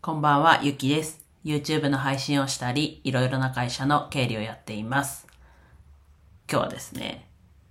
こんばんは、ゆきです。YouTube の配信をしたり、いろいろな会社の経理をやっています。今日はですね、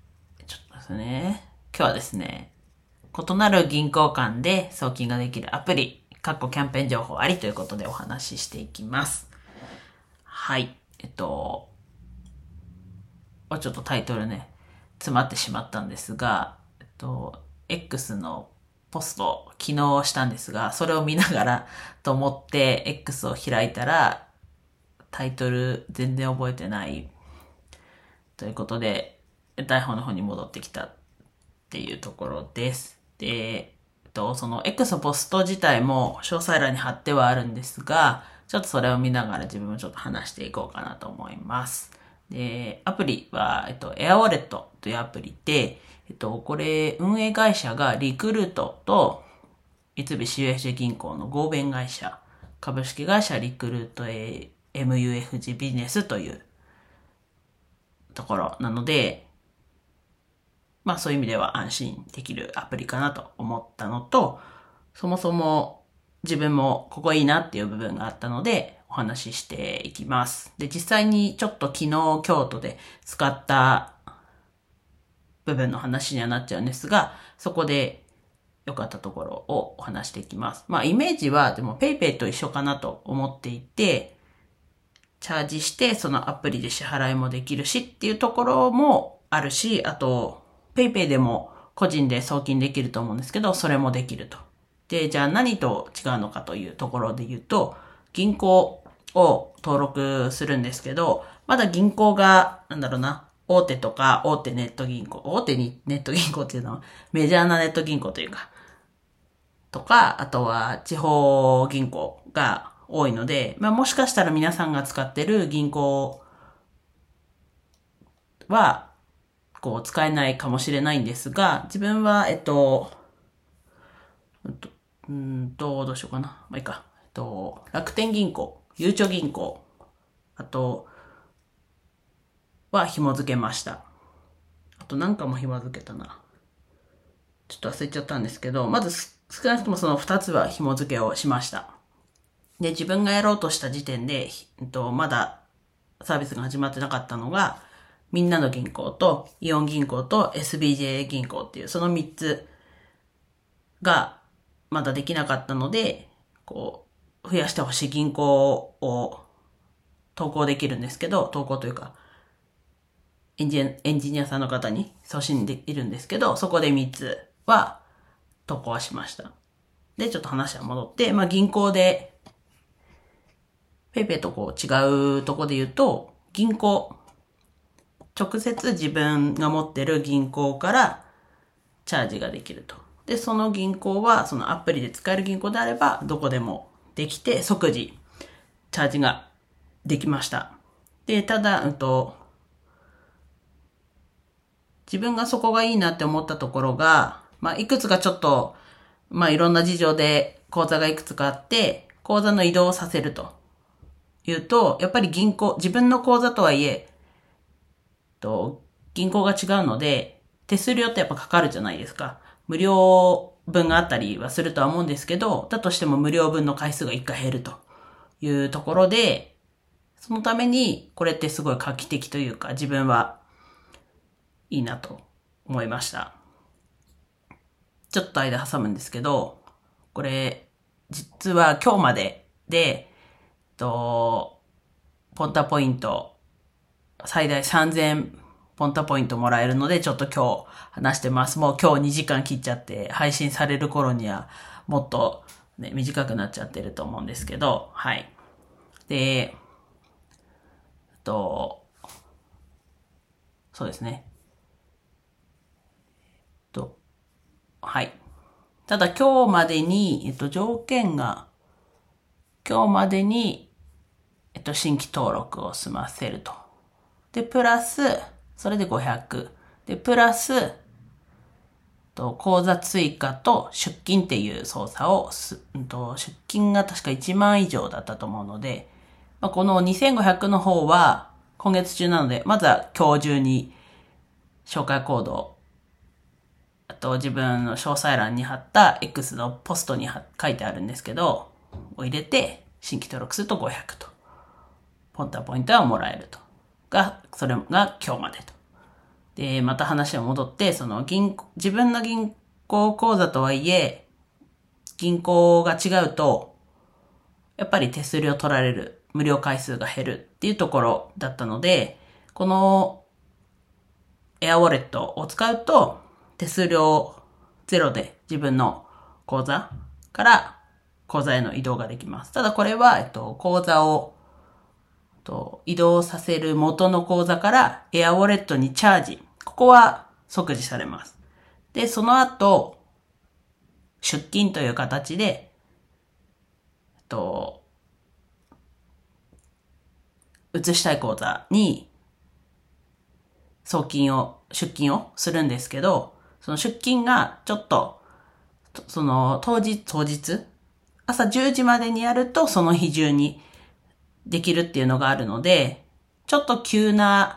異なる銀行間で送金ができるアプリ、キャンペーン情報ありということでお話ししていきます。はい。ちょっとタイトルね、詰まってしまったんですが、X のポストを昨日したんですが、それを見ながらと思って X を開いたら、タイトル全然覚えてないということで、台本の方に戻ってきたっていうところです。で、その X のポスト自体も詳細欄に貼ってはあるんですが、ちょっとそれを見ながら自分もちょっと話していこうかなと思います。で、アプリは、エアウォレットというアプリで、これ、運営会社がリクルートと、三菱 UFJ 銀行の合弁会社、株式会社リクルート MUFG ビジネスというところなので、そういう意味では安心できるアプリかなと思ったのと、そもそも自分もここいいなっていう部分があったのでお話ししていきます。で、実際にちょっと昨日京都で使った部分の話にはなっちゃうんですが、そこで良かったところをお話していきます。イメージはでも PayPay と一緒かなと思っていて、チャージしてそのアプリで支払いもできるしっていうところもあるし、あと PayPay でも個人で送金できると思うんですけど、それもできると。で、じゃあ何と違うのかというところで言うと、銀行を登録するんですけど、まだ銀行が、大手とか大手ネット銀行、大手にネット銀行っていうのはメジャーなネット銀行というか、とか、あとは地方銀行が多いので、もしかしたら皆さんが使ってる銀行は、使えないかもしれないんですが、自分は、どうしようかな。いいか。楽天銀行、ゆうちょ銀行、あと、は紐付けました。あとなんかも紐付けたな。ちょっと忘れちゃったんですけど、まず少なくともその2つは紐付けをしました。で、自分がやろうとした時点で、まだサービスが始まってなかったのが、みんなの銀行と、イオン銀行と SBJ 銀行っていう、その3つがまだできなかったので、増やしてほしい銀行を投稿できるんですけど、投稿というか、エンジニアさんの方に送信できるんですけど、そこで3つは投稿はしました。で、ちょっと話は戻って、銀行で、ペイペイと違うとこで言うと、銀行、直接自分が持ってる銀行からチャージができると。で、その銀行は、そのアプリで使える銀行であれば、どこでもできて、即時チャージができました。で、ただ、自分がそこがいいなって思ったところが、いくつかちょっと、いろんな事情で口座がいくつかあって、口座の移動をさせるというと、やっぱり自分の口座とはいえ、銀行が違うので、手数料ってやっぱかかるじゃないですか。無料分があったりはするとは思うんですけど、だとしても無料分の回数が1回減るというところで、そのためにこれってすごい画期的というか、自分はいいなと思いました。ちょっと間挟むんですけど、これ、実は今日までで、ポンタポイント、最大3000ポンタポイントもらえるので、ちょっと今日話してます。もう今日2時間切っちゃって、配信される頃にはもっとね、短くなっちゃってると思うんですけど、はい。で、そうですね。はい。ただ今日までに、条件が、今日までに、新規登録を済ませると。で、プラス、それで500。で、プラス、口座追加と出金っていう操作を出金が確か1万以上だったと思うので、この2500の方は今月中なので、まずは今日中に紹介コード、あと自分の詳細欄に貼った X のポストに書いてあるんですけど、 を入れて、新規登録すると500と。ポンタポイントはもらえると。それが今日までと。で、また話を戻って、自分の銀行口座とはいえ、銀行が違うと、やっぱり手数料取られる、無料回数が減るっていうところだったので、このエアウォレットを使うと、手数料ゼロで自分の口座から口座への移動ができます。ただこれは、口座を移動させる元の口座からエアウォレットにチャージ。ここは即時されます。で、その後、出金という形で、移したい口座に出金をするんですけど、その出金がちょっと、当日、朝10時までにやるとその日中にできるっていうのがあるので、ちょっと急な、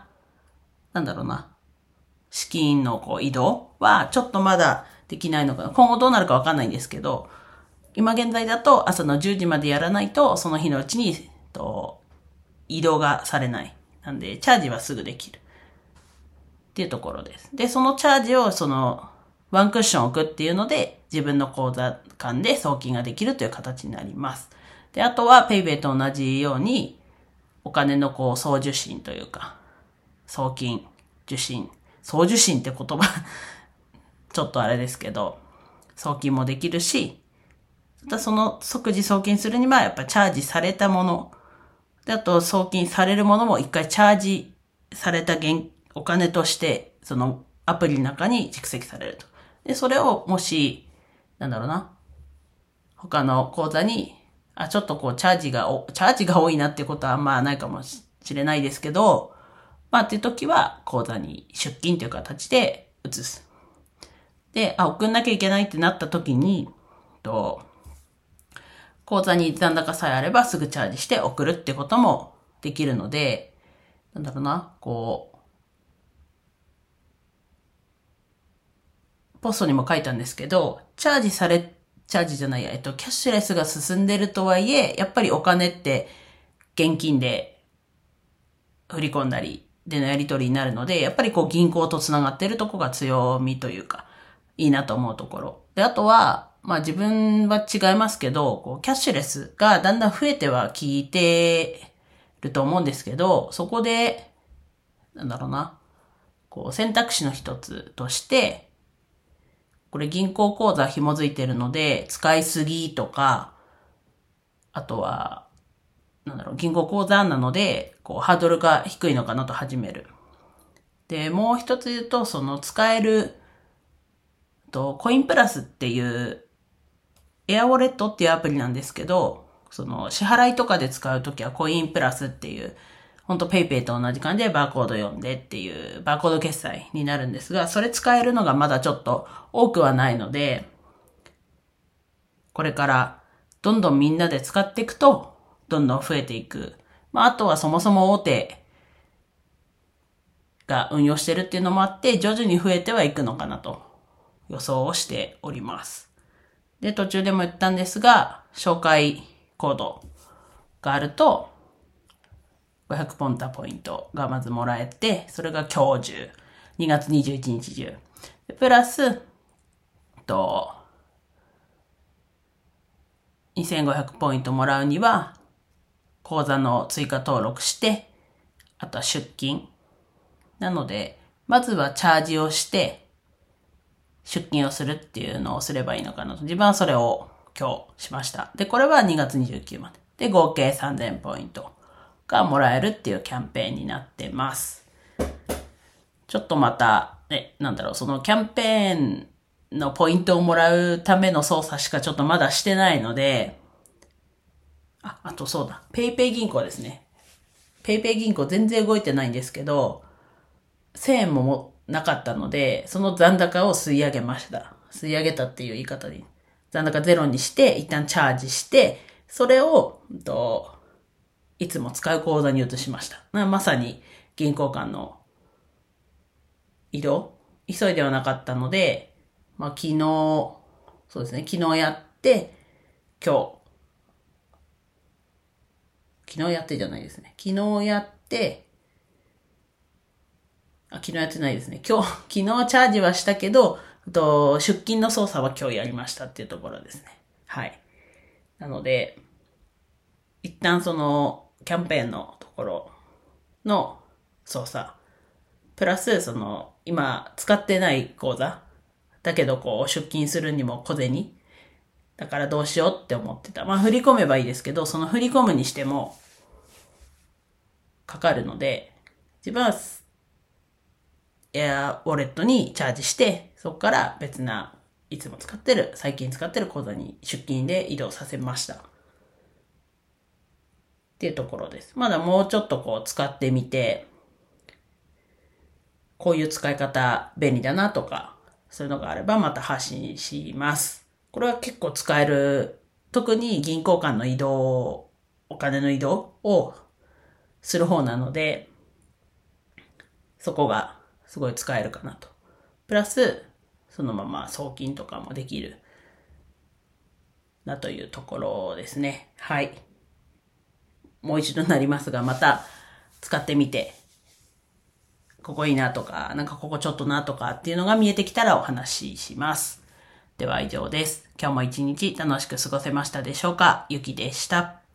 資金の移動はちょっとまだできないのかな。今後どうなるかわかんないんですけど、今現在だと朝の10時までやらないとその日のうちに、移動がされない。なんで、チャージはすぐできる。っていうところです。で、そのチャージをワンクッション置くっていうので、自分の口座間で送金ができるという形になります。で、あとは PayPay と同じように、お金の送受信というか、送金、受信、送受信って言葉ちょっとあれですけど、送金もできるし、その即時送金するにはやっぱチャージされたもの、で、あと送金されるものも一回チャージされたお金として、そのアプリの中に蓄積されると。で、それをもし、他の口座に、ちょっとチャージが多いなっていうことはあんまないかもしれないですけど、っていう時は口座に出金という形で移す。で、送んなきゃいけないってなった時に、口座に残高さえあればすぐチャージして送るってこともできるので、ポストにも書いたんですけど、キャッシュレスが進んでるとはいえ、やっぱりお金って現金で振り込んだりでのやり取りになるので、やっぱり銀行とつながってるとこが強みというか、いいなと思うところ。で、あとは、自分は違いますけど、キャッシュレスがだんだん増えては効いてると思うんですけど、そこで、選択肢の一つとして、これ銀行口座紐づいてるので、使いすぎとか、あとは、銀行口座なので、ハードルが低いのかなと始める。で、もう一つ言うと、使える、コインプラスっていう、エアウォレットっていうアプリなんですけど、支払いとかで使うときはコインプラスっていう、ペイペイと同じ感じでバーコード読んでっていうバーコード決済になるんですが、それ使えるのがまだちょっと多くはないので、これからどんどんみんなで使っていくと、どんどん増えていく。あとはそもそも大手が運用してるっていうのもあって、徐々に増えてはいくのかなと予想をしております。で、途中でも言ったんですが、紹介コードがあると、500ポンタポイントがまずもらえて、それが今日中、2月21日中。でプラス、2500ポイントもらうには、口座の追加登録して、あとは出金。なので、まずはチャージをして、出金をするっていうのをすればいいのかなと。自分はそれを今日しました。で、これは2月29まで。で、合計3000ポイントがもらえるっていうキャンペーンになってます。ちょっとまた、そのキャンペーンのポイントをもらうための操作しかちょっとまだしてないので、あとそうだ、ペイペイ銀行ですね。ペイペイ銀行全然動いてないんですけど、1000円もなかったので、その残高を吸い上げました。吸い上げたっていう言い方で。残高ゼロにして、一旦チャージして、それを、いつも使う口座に移しました。まさに銀行間の移動、急いではなかったので、昨日やって、今日、 昨日やってじゃないですね。昨日やって、昨日やってないですね。昨日チャージはしたけど、出勤の操作は今日やりましたっていうところですね。はい。なので、一旦その、キャンペーンのところの操作、プラスその、今使ってない口座、だけど出勤するにも小銭、だからどうしようって思ってた。振り込めばいいですけど、その振り込むにしても、かかるので、自分は、エアウォレットにチャージして、そこから別な、いつも最近使ってる口座に出勤で移動させました。っていうところです。まだもうちょっと使ってみて、こういう使い方便利だなとか、そういうのがあればまた発信します。これは結構使える、特に銀行間の移動、お金の移動をする方なので、そこがすごい使えるかなと。プラス、そのまま送金とかもできるなというところですね。はい。もう一度なりますが、また使ってみて、ここいいなとか、なんかここちょっとなとかっていうのが見えてきたらお話しします。では以上です。今日も一日楽しく過ごせましたでしょうか？ゆきでした。